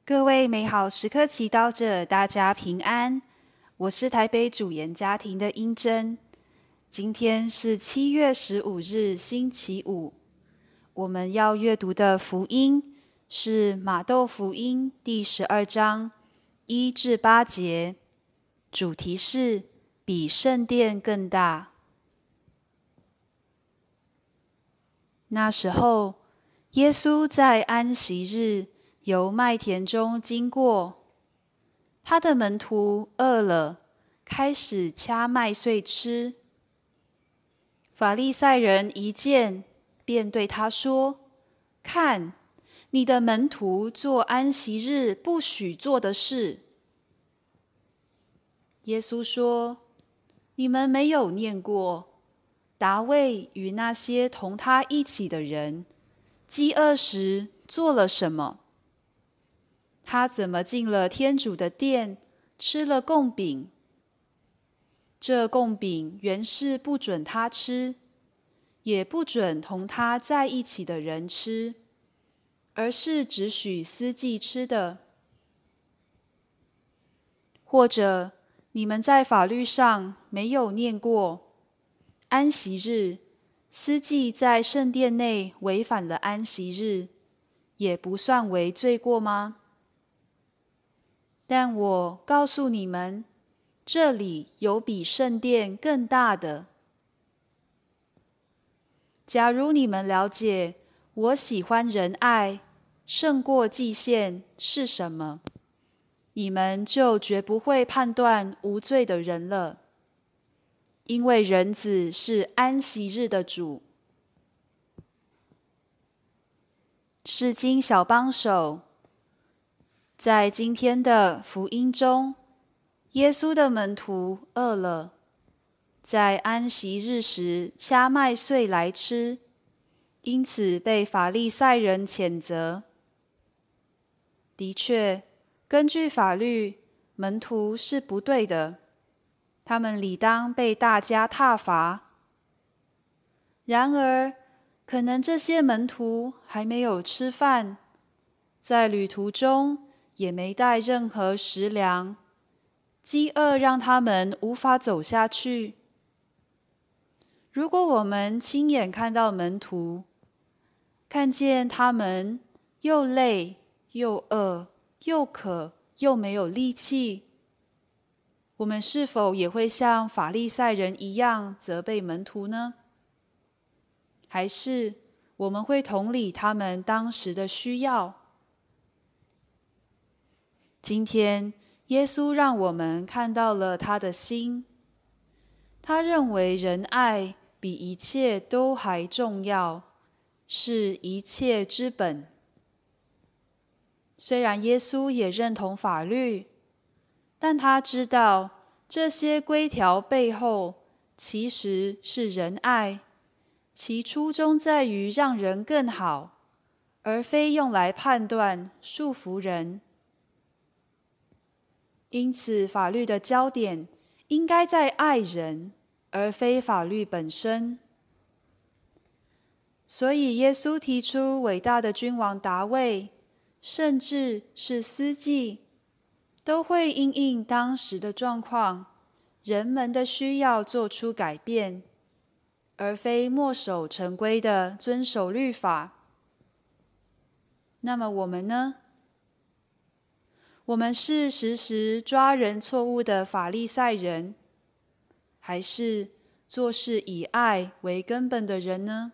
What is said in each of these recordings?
各位美好时刻祈祷者，大家平安。我是台北主研家庭的英珍。今天是7月15日，星期五。我们要阅读的福音是马窦福音第12章1至8节，主题是比圣殿更大。那时候，耶稣在安息日由麦田中经过，他的门徒饿了，开始掐麦穗吃。法利赛人一见，便对他说：“看，你的门徒做安息日不许做的事。”耶稣说：“你们没有念过大卫与那些同他一起的人饥饿时做了什么？他怎么进了天主的殿，吃了供饼？这供饼原是不准他吃，也不准同他在一起的人吃，而是只许司祭吃的。或者你们在法律上没有念过，安息日，司祭在圣殿内违反了安息日，也不算为罪过吗？但我告诉你们，这里有比圣殿更大的。假如你们了解我喜欢仁爱胜过祭献是什么，你们就绝不会判断无罪的人了，因为人子是安息日的主。释经小帮手，在今天的福音中，耶稣的门徒饿了，在安息日时掐麦穗来吃，因此被法利赛人谴责。的确，根据法律，门徒是不对的，他们理当被大家挞伐。然而，可能这些门徒还没有吃饭，在旅途中也没带任何食粮，饥饿让他们无法走下去。如果我们亲眼看到门徒，看见他们又累又饿又渴又没有力气，我们是否也会像法利赛人一样责备门徒呢？还是我们会同理他们当时的需要？今天，耶稣让我们看到了他的心。他认为仁爱比一切都还重要，是一切之本。虽然耶稣也认同法律，但他知道这些规条背后其实是仁爱，其初衷在于让人更好，而非用来判断、束缚人。因此，法律的焦点应该在爱人，而非法律本身。所以，耶稣提出伟大的君王达味，甚至是司祭，都会因应当时的状况、人们的需要做出改变，而非墨守成规的遵守律法。那么我们呢？我们是时时抓人错误的法利赛人，还是做事以爱为根本的人呢？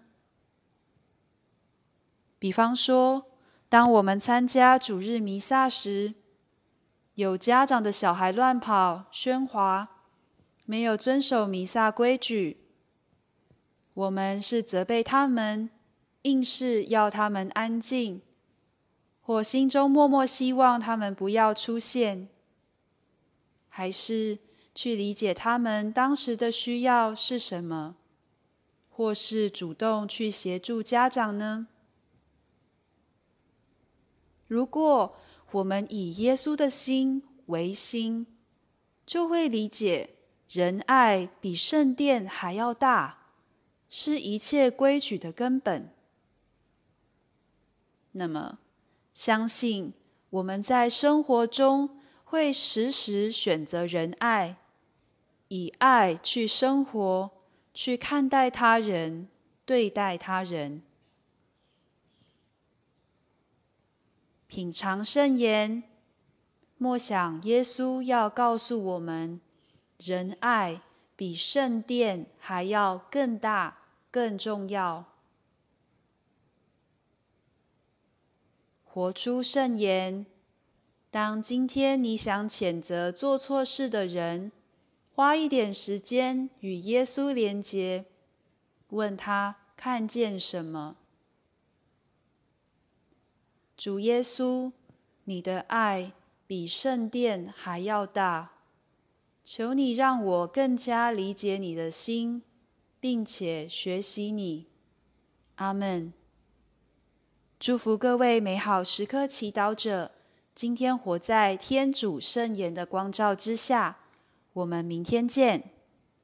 比方说，当我们参加主日弥撒时，有家长的小孩乱跑、喧哗，没有遵守弥撒规矩，我们是责备他们，硬是要他们安静，或心中默默希望他们不要出现，还是去理解他们当时的需要是什么，或是主动去协助家长呢？如果我们以耶稣的心为心，就会理解仁爱比圣殿还要大，是一切规矩的根本。那么，相信我们在生活中会时时选择仁爱，以爱去生活，去看待他人，对待他人。品尝圣言，默想耶稣要告诉我们，仁爱比圣殿还要更大、更重要。活出圣言。当今天你想谴责做错事的人，花一点时间与耶稣连结，问他看见什么。主耶稣，你的爱比圣殿还要大，求你让我更加理解你的心，并且学习你。阿们。祝福各位美好时刻祈祷者，今天活在天主圣言的光照之下。我们明天见。